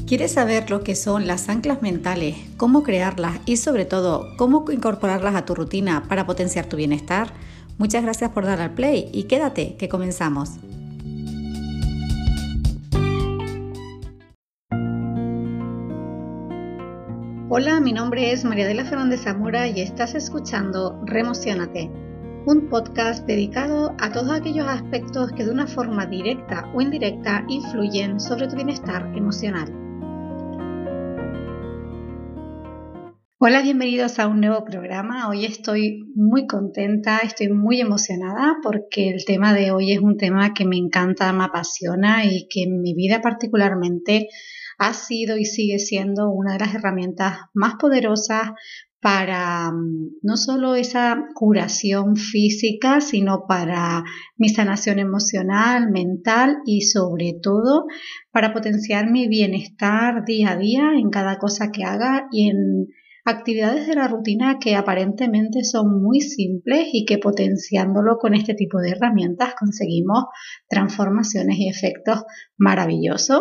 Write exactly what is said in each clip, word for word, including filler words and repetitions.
¿Quieres saber lo que son las anclas mentales, cómo crearlas y sobre todo cómo incorporarlas a tu rutina para potenciar tu bienestar? Muchas gracias por dar al play y quédate que comenzamos. Hola, mi nombre es María Adela Fernández Zamora y estás escuchando Remociónate, un podcast dedicado a todos aquellos aspectos que de una forma directa o indirecta influyen sobre tu bienestar emocional. Hola, bienvenidos a un nuevo programa. Hoy estoy muy contenta, estoy muy emocionada porque el tema de hoy es un tema que me encanta, me apasiona y que en mi vida particularmente ha sido y sigue siendo una de las herramientas más poderosas para no solo esa curación física, sino para mi sanación emocional, mental y sobre todo para potenciar mi bienestar día a día en cada cosa que haga y en actividades de la rutina que aparentemente son muy simples y que potenciándolo con este tipo de herramientas conseguimos transformaciones y efectos maravillosos.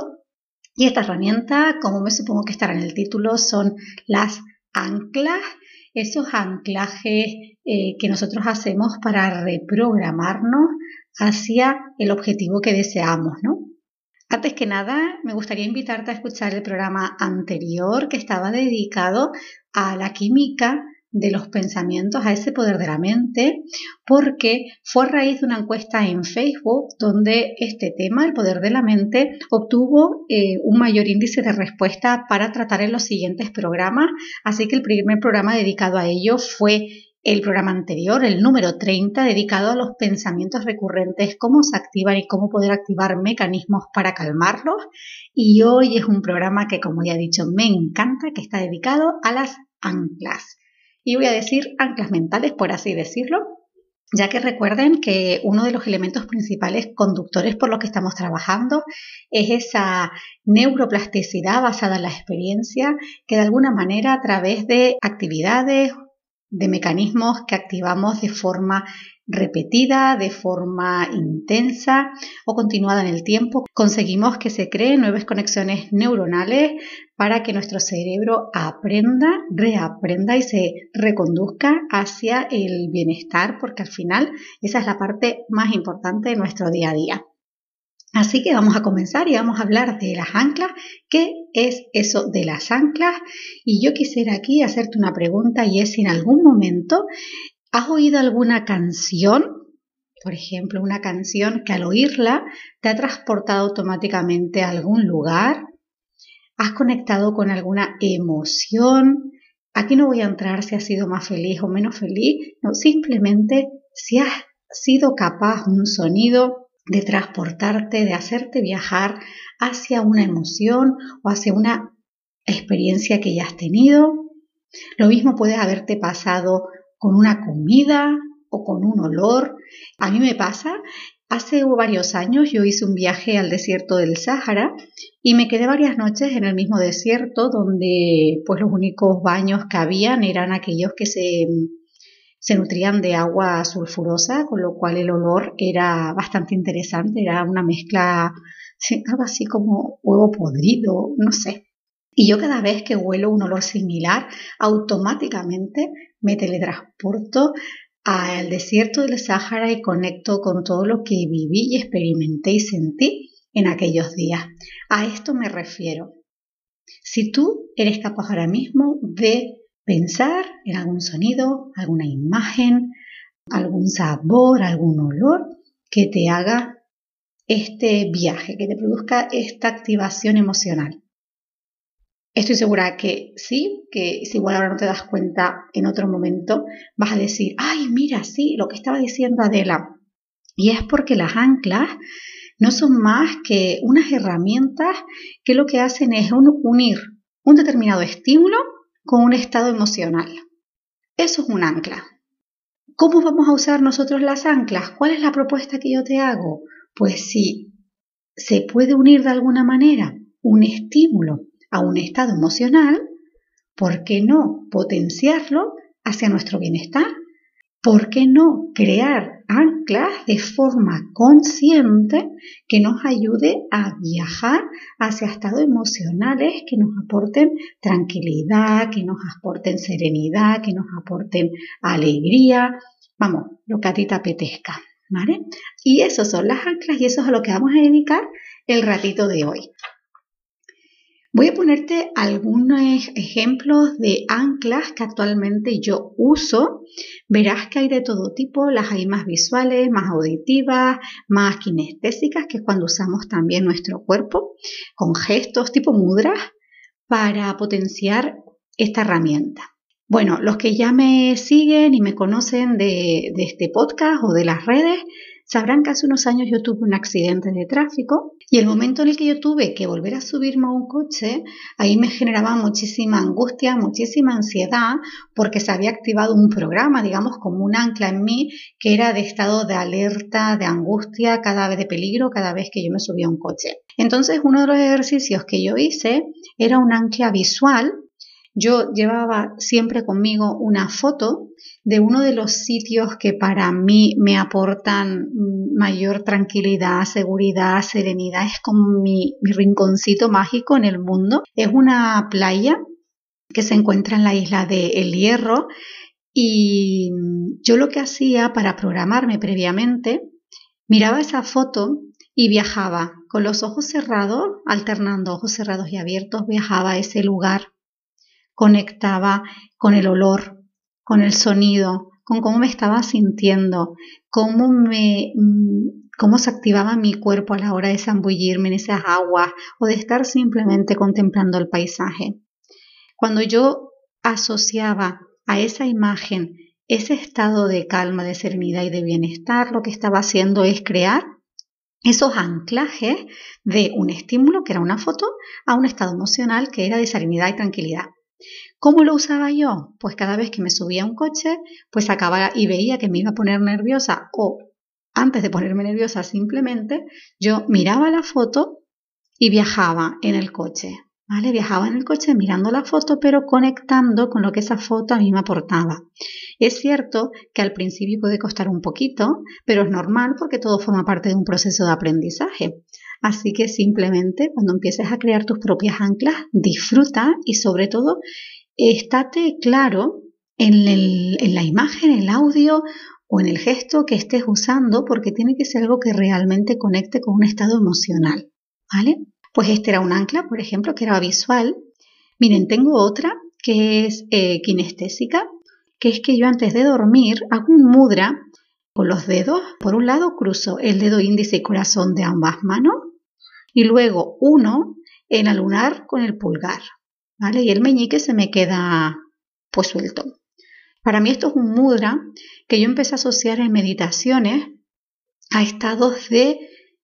Y esta herramienta, como me supongo que estará en el título, son las anclas, esos anclajes eh, que nosotros hacemos para reprogramarnos hacia el objetivo que deseamos, ¿no? Antes que nada, me gustaría invitarte a escuchar el programa anterior que estaba dedicado a la química de los pensamientos, a ese poder de la mente, porque fue a raíz de una encuesta en Facebook donde este tema, el poder de la mente, obtuvo eh, un mayor índice de respuesta para tratar en los siguientes programas. Así que el primer programa dedicado a ello fue el programa anterior, el número treinta, dedicado a los pensamientos recurrentes, cómo se activan y cómo poder activar mecanismos para calmarlos. Y hoy es un programa que, como ya he dicho, me encanta, que está dedicado a las anclas. Y voy a decir anclas mentales, por así decirlo, ya que recuerden que uno de los elementos principales conductores por los que estamos trabajando es esa neuroplasticidad basada en la experiencia, que de alguna manera a través de actividades, de mecanismos que activamos de forma repetida, de forma intensa o continuada en el tiempo, conseguimos que se creen nuevas conexiones neuronales para que nuestro cerebro aprenda, reaprenda y se reconduzca hacia el bienestar, porque al final esa es la parte más importante de nuestro día a día. Así que vamos a comenzar y vamos a hablar de las anclas. ¿Qué es eso de las anclas? Y yo quisiera aquí hacerte una pregunta y es si en algún momento has oído alguna canción, por ejemplo, una canción que al oírla te ha transportado automáticamente a algún lugar, has conectado con alguna emoción. Aquí no voy a entrar si has sido más feliz o menos feliz, no, simplemente si has sido capaz un sonido de transportarte, de hacerte viajar hacia una emoción o hacia una experiencia que ya has tenido. Lo mismo puede haberte pasado con una comida o con un olor. A mí me pasa, hace varios años yo hice un viaje al desierto del Sáhara y me quedé varias noches en el mismo desierto donde pues los únicos baños que habían eran aquellos que se... se nutrían de agua sulfurosa, con lo cual el olor era bastante interesante, era una mezcla, algo así como huevo podrido, no sé. Y yo cada vez que huelo un olor similar, automáticamente me teletransporto al desierto del Sáhara y conecto con todo lo que viví y experimenté y sentí en aquellos días. A esto me refiero. Si tú eres capaz ahora mismo de pensar en algún sonido, alguna imagen, algún sabor, algún olor que te haga este viaje, que te produzca esta activación emocional. Estoy segura que sí, que si igual ahora no te das cuenta en otro momento, vas a decir, ay, mira, sí, lo que estaba diciendo Adela. Y es porque las anclas no son más que unas herramientas que lo que hacen es unir un determinado estímulo con un estado emocional. Eso es un ancla. ¿Cómo vamos a usar nosotros las anclas? ¿Cuál es la propuesta que yo te hago? Pues si se puede unir de alguna manera un estímulo a un estado emocional, ¿por qué no potenciarlo hacia nuestro bienestar? ¿por qué no crear anclas de forma consciente que nos ayude a viajar hacia estados emocionales que nos aporten tranquilidad, que nos aporten serenidad, que nos aporten alegría? Vamos, lo que a ti te apetezca, ¿vale? Y eso son las anclas y eso es a lo que vamos a dedicar el ratito de hoy. Voy a ponerte algunos ejemplos de anclas que actualmente yo uso. Verás que hay de todo tipo, las hay más visuales, más auditivas, más kinestésicas, que es cuando usamos también nuestro cuerpo con gestos tipo mudras para potenciar esta herramienta. Bueno, los que ya me siguen y me conocen de, de este podcast o de las redes, sabrán que hace unos años yo tuve un accidente de tráfico y el momento en el que yo tuve que volver a subirme a un coche, ahí me generaba muchísima angustia, muchísima ansiedad, porque se había activado un programa, digamos, como un ancla en mí, que era de estado de alerta, de angustia, cada vez de peligro, cada vez que yo me subía a un coche. Entonces, uno de los ejercicios que yo hice era un ancla visual. Yo llevaba siempre conmigo una foto de uno de los sitios que para mí me aportan mayor tranquilidad, seguridad, serenidad. Es como mi, mi rinconcito mágico en el mundo. Es una playa que se encuentra en la isla de El Hierro y yo lo que hacía para programarme previamente, miraba esa foto y viajaba con los ojos cerrados, alternando ojos cerrados y abiertos, viajaba a ese lugar. Conectaba con el olor, con el sonido, con cómo me estaba sintiendo, cómo, me, cómo se activaba mi cuerpo a la hora de zambullirme en esas aguas o de estar simplemente contemplando el paisaje. Cuando yo asociaba a esa imagen ese estado de calma, de serenidad y de bienestar, lo que estaba haciendo es crear esos anclajes de un estímulo, que era una foto, a un estado emocional que era de serenidad y tranquilidad. ¿Cómo lo usaba yo? Pues cada vez que me subía a un coche, pues acababa y veía que me iba a poner nerviosa o antes de ponerme nerviosa simplemente, yo miraba la foto y viajaba en el coche, ¿vale? Viajaba en el coche mirando la foto, pero conectando con lo que esa foto a mí me aportaba. Es cierto que al principio puede costar un poquito, pero es normal porque todo forma parte de un proceso de aprendizaje. Así que simplemente cuando empieces a crear tus propias anclas, disfruta y sobre todo estate claro en, el, en la imagen, el audio o en el gesto que estés usando, porque tiene que ser algo que realmente conecte con un estado emocional, ¿vale? Pues este era un ancla, por ejemplo, que era visual. Miren, tengo otra que es eh, kinestésica, que es que yo antes de dormir hago un mudra con los dedos. Por un lado cruzo el dedo índice y corazón de ambas manos y luego uno en el lunar con el pulgar, ¿vale? Y el meñique se me queda pues suelto. Para mí esto es un mudra que yo empecé a asociar en meditaciones a estados de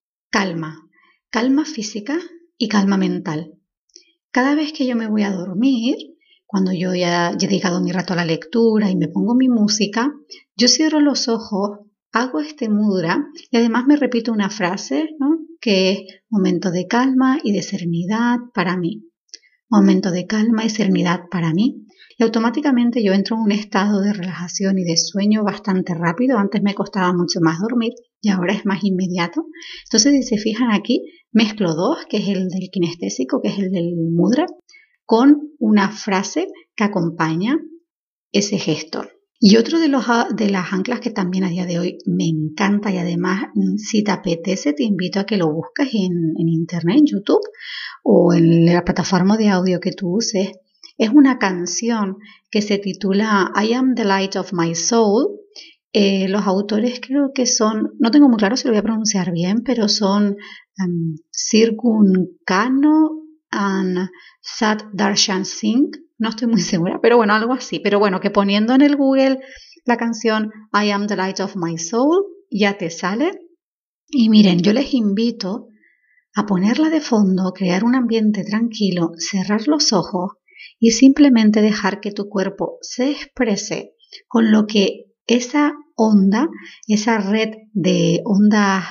calma, calma física y calma mental. Cada vez que yo me voy a dormir, cuando yo ya he dedicado mi rato a la lectura y me pongo mi música, yo cierro los ojos, hago este mudra y además me repito una frase, ¿no? Que es momento de calma y de serenidad para mí. Momento de calma y serenidad para mí. Y automáticamente yo entro en un estado de relajación y de sueño bastante rápido. Antes me costaba mucho más dormir y ahora es más inmediato. Entonces, si se fijan aquí, mezclo dos, que es el del kinestésico, que es el del mudra, con una frase que acompaña ese gesto. Y otro de, los, de las anclas que también a día de hoy me encanta y además, si te apetece, te invito a que lo busques en, en internet, en YouTube o en la plataforma de audio que tú uses. Es una canción que se titula I Am the Light of My Soul. Eh, los autores creo que son, no tengo muy claro si lo voy a pronunciar bien, pero son um, Sirgun Kano and Sat Darshan Singh. No estoy muy segura, pero bueno, algo así. Pero bueno, que poniendo en el Google la canción I Am the Light of My Soul, ya te sale. Y miren, yo les invito a ponerla de fondo, crear un ambiente tranquilo, cerrar los ojos y simplemente dejar que tu cuerpo se exprese con lo que esa onda, esa red de ondas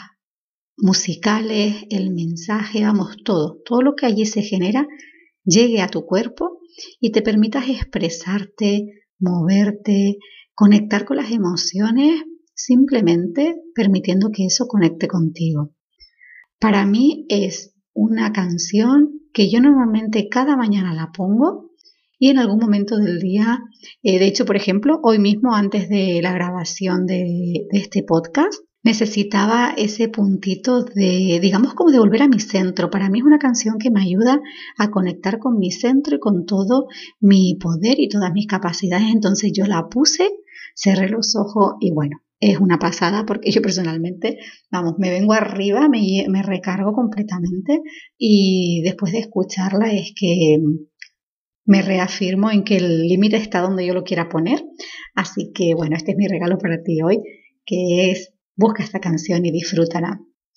musicales, el mensaje, vamos, todo, todo lo que allí se genera, llegue a tu cuerpo y te permitas expresarte, moverte, conectar con las emociones simplemente permitiendo que eso conecte contigo. Para mí es una canción que yo normalmente cada mañana la pongo y en algún momento del día, eh, de hecho, por ejemplo, hoy mismo antes de la grabación de, de este podcast, necesitaba ese puntito de, digamos, como de volver a mi centro. Para mí es una canción que me ayuda a conectar con mi centro y con todo mi poder y todas mis capacidades. Entonces yo la puse, cerré los ojos y bueno, es una pasada porque yo personalmente, vamos, me vengo arriba, me, me recargo completamente y después de escucharla es que me reafirmo en que el límite está donde yo lo quiera poner. Así que bueno, este es mi regalo para ti hoy, que es busca esta canción y disfrútala.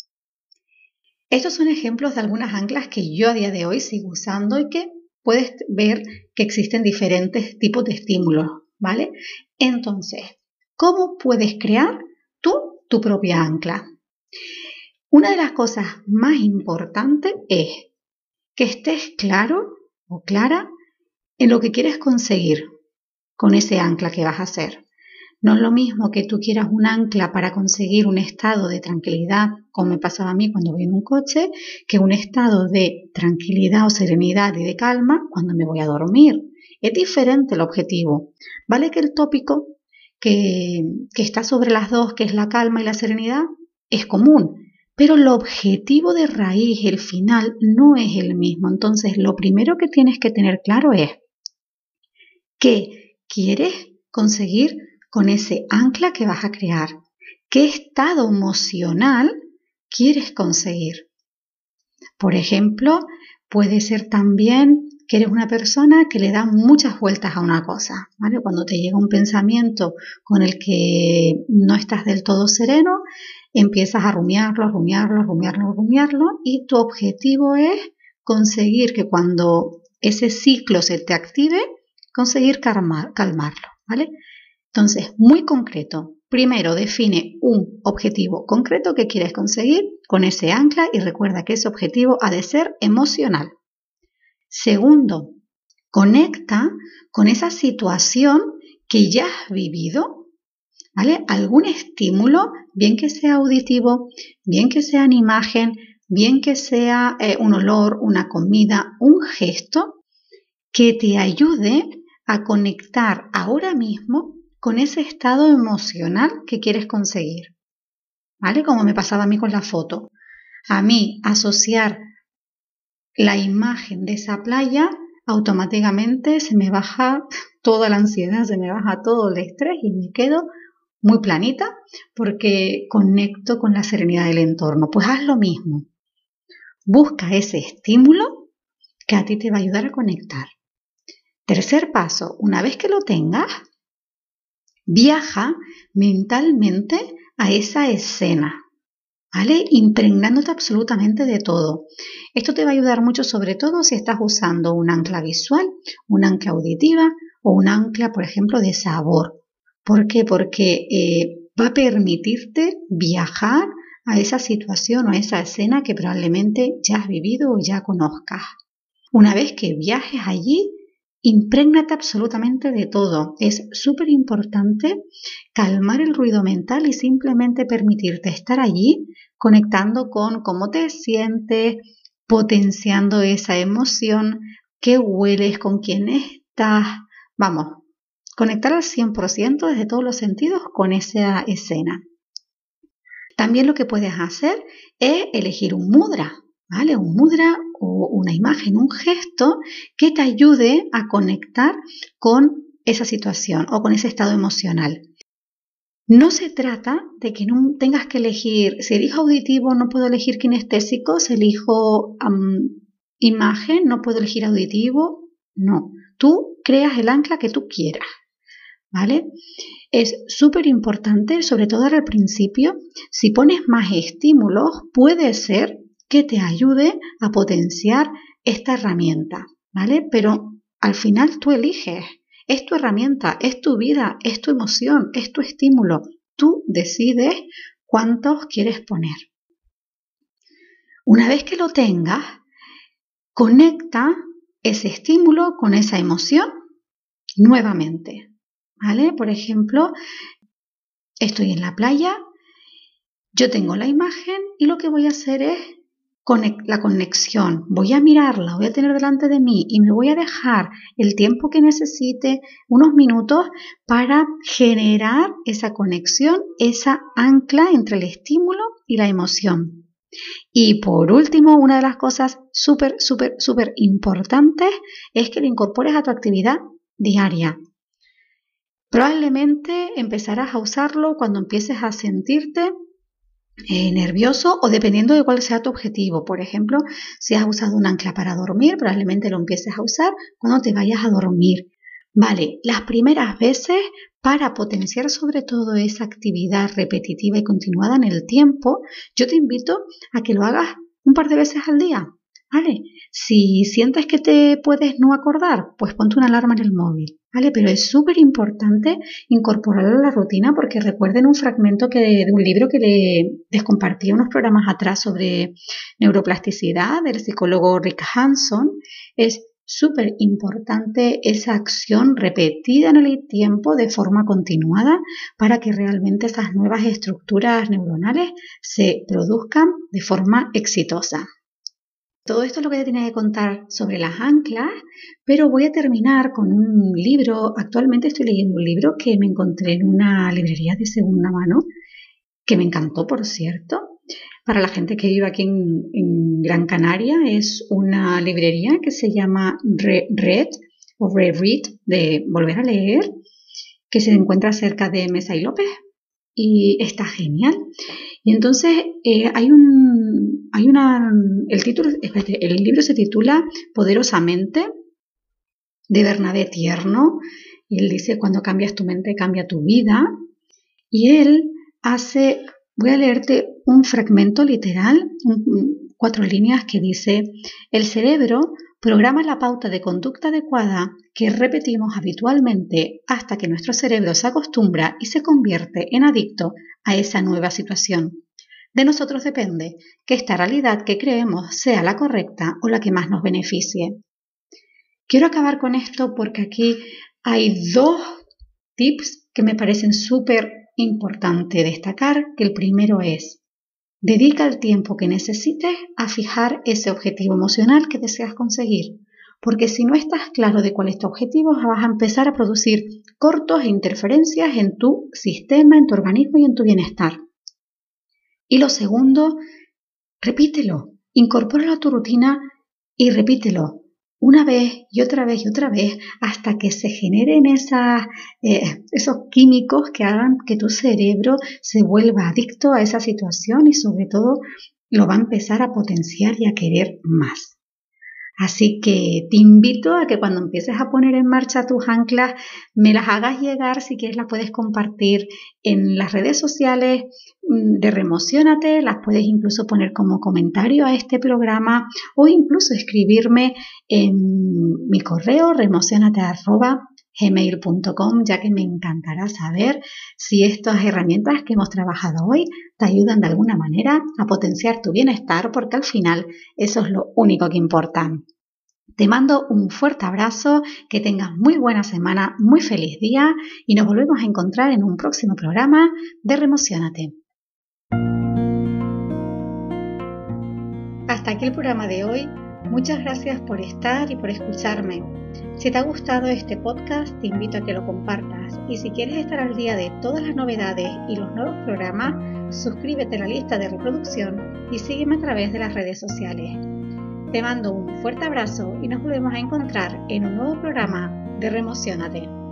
Estos son ejemplos de algunas anclas que yo a día de hoy sigo usando y que puedes ver que existen diferentes tipos de estímulos, ¿vale? Entonces, ¿cómo puedes crear tú tu propia ancla? Una de las cosas más importantes es que estés claro o clara en lo que quieres conseguir con ese ancla que vas a hacer. No es lo mismo que tú quieras un ancla para conseguir un estado de tranquilidad, como me pasaba a mí cuando voy en un coche, que un estado de tranquilidad o serenidad y de calma cuando me voy a dormir. Es diferente el objetivo. Vale que el tópico que, que está sobre las dos, que es la calma y la serenidad, es común, pero el objetivo de raíz, el final, no es el mismo. Entonces, lo primero que tienes que tener claro es qué quieres conseguir con ese ancla que vas a crear. ¿Qué estado emocional quieres conseguir? Por ejemplo, puede ser también que eres una persona que le da muchas vueltas a una cosa, ¿vale? Cuando te llega un pensamiento con el que no estás del todo sereno, empiezas a rumiarlo, rumiarlo, rumiarlo, rumiarlo y tu objetivo es conseguir que cuando ese ciclo se te active, conseguir calmar, calmarlo, ¿vale? Entonces, muy concreto. Primero, define un objetivo concreto que quieres conseguir con ese ancla y recuerda que ese objetivo ha de ser emocional. Segundo, conecta con esa situación que ya has vivido, ¿vale? Algún estímulo, bien que sea auditivo, bien que sea en imagen, bien que sea eh, un olor, una comida, un gesto que te ayude a conectar ahora mismo con ese estado emocional que quieres conseguir, ¿vale? Como me pasaba a mí con la foto. A mí asociar la imagen de esa playa, automáticamente se me baja toda la ansiedad, se me baja todo el estrés y me quedo muy planita porque conecto con la serenidad del entorno. Pues haz lo mismo. Busca ese estímulo que a ti te va a ayudar a conectar. Tercer paso, una vez que lo tengas, viaja mentalmente a esa escena, ¿vale? Impregnándote absolutamente de todo. Esto te va a ayudar mucho, sobre todo si estás usando un ancla visual, un ancla auditiva o un ancla, por ejemplo, de sabor. ¿Por qué? Porque eh, va a permitirte viajar a esa situación o a esa escena que probablemente ya has vivido o ya conozcas. Una vez que viajes allí, imprégnate absolutamente de todo. Es súper importante calmar el ruido mental y simplemente permitirte estar allí conectando con cómo te sientes, potenciando esa emoción, qué hueles, con quién estás. Vamos, conectar al cien por ciento desde todos los sentidos con esa escena. También lo que puedes hacer es elegir un mudra, ¿vale? Un mudra o una imagen, un gesto que te ayude a conectar con esa situación o con ese estado emocional. No se trata de que no tengas que elegir, si elijo auditivo no puedo elegir kinestésico, si elijo um, imagen no puedo elegir auditivo, no. Tú creas el ancla que tú quieras, ¿vale? Es súper importante, sobre todo al principio, si pones más estímulos, puede ser que te ayude a potenciar esta herramienta, ¿vale? Pero al final tú eliges. Es tu herramienta, es tu vida, es tu emoción, es tu estímulo. Tú decides cuántos quieres poner. Una vez que lo tengas, conecta ese estímulo con esa emoción nuevamente. ¿vale? Por ejemplo, estoy en la playa, yo tengo la imagen y lo que voy a hacer es la conexión. Voy a mirarla, voy a tener delante de mí y me voy a dejar el tiempo que necesite, unos minutos, para generar esa conexión, esa ancla entre el estímulo y la emoción. Y por último, una de las cosas súper, súper, súper importantes es que lo incorpores a tu actividad diaria. Probablemente empezarás a usarlo cuando empieces a sentirte eh, nervioso o dependiendo de cuál sea tu objetivo. Por ejemplo, si has usado un ancla para dormir, probablemente lo empieces a usar cuando te vayas a dormir. Vale, las primeras veces, para potenciar sobre todo esa actividad repetitiva y continuada en el tiempo, yo te invito a que lo hagas un par de veces al día. ¿Vale? Si sientes que te puedes no acordar, pues ponte una alarma en el móvil, ¿vale? Pero es súper importante incorporarlo a la rutina porque recuerden un fragmento que, de un libro que le, les compartí unos programas atrás sobre neuroplasticidad del psicólogo Rick Hanson. Es súper importante esa acción repetida en el tiempo de forma continuada para que realmente esas nuevas estructuras neuronales se produzcan de forma exitosa. Todo esto es lo que te tenía que contar sobre las anclas, pero voy a terminar con un libro. Actualmente estoy leyendo un libro que me encontré en una librería de segunda mano, que me encantó, por cierto. Para la gente que vive aquí en, en Gran Canaria, es una librería que se llama Reread o Reread, de volver a leer, que se encuentra cerca de Mesa y López y está genial. Y entonces eh, hay un, hay una, el título, espérate, el libro se titula Poderosamente, de Bernabé Tierno, y él dice: cuando cambias tu mente, cambia tu vida. Y él hace, voy a leerte un fragmento literal, un, cuatro líneas que dice: el cerebro programa la pauta de conducta adecuada que repetimos habitualmente hasta que nuestro cerebro se acostumbra y se convierte en adicto a esa nueva situación. De nosotros depende que esta realidad que creemos sea la correcta o la que más nos beneficie. Quiero acabar con esto porque aquí hay dos tips que me parecen súper importantes destacar, que el primero es: dedica el tiempo que necesites a fijar ese objetivo emocional que deseas conseguir, porque si no estás claro de cuál es tu objetivo, vas a empezar a producir cortos e interferencias en tu sistema, en tu organismo y en tu bienestar. Y lo segundo, repítelo, incorpóralo a tu rutina y repítelo una vez y otra vez y otra vez hasta que se generen esas, eh, esos químicos que hagan que tu cerebro se vuelva adicto a esa situación y sobre todo lo va a empezar a potenciar y a querer más. Así que te invito a que cuando empieces a poner en marcha tus anclas me las hagas llegar. Si quieres las puedes compartir en las redes sociales de Remociónate, las puedes incluso poner como comentario a este programa o incluso escribirme en mi correo remocionate arroba gmail punto com, ya que me encantará saber si estas herramientas que hemos trabajado hoy te ayudan de alguna manera a potenciar tu bienestar, porque al final eso es lo único que importa. Te mando un fuerte abrazo, que tengas muy buena semana, muy feliz día y nos volvemos a encontrar en un próximo programa de Remociónate. Hasta aquí el programa de hoy. Muchas gracias por estar y por escucharme. Si te ha gustado este podcast, te invito a que lo compartas. Y si quieres estar al día de todas las novedades y los nuevos programas, suscríbete a la lista de reproducción y sígueme a través de las redes sociales. Te mando un fuerte abrazo y nos volvemos a encontrar en un nuevo programa de Remociónate.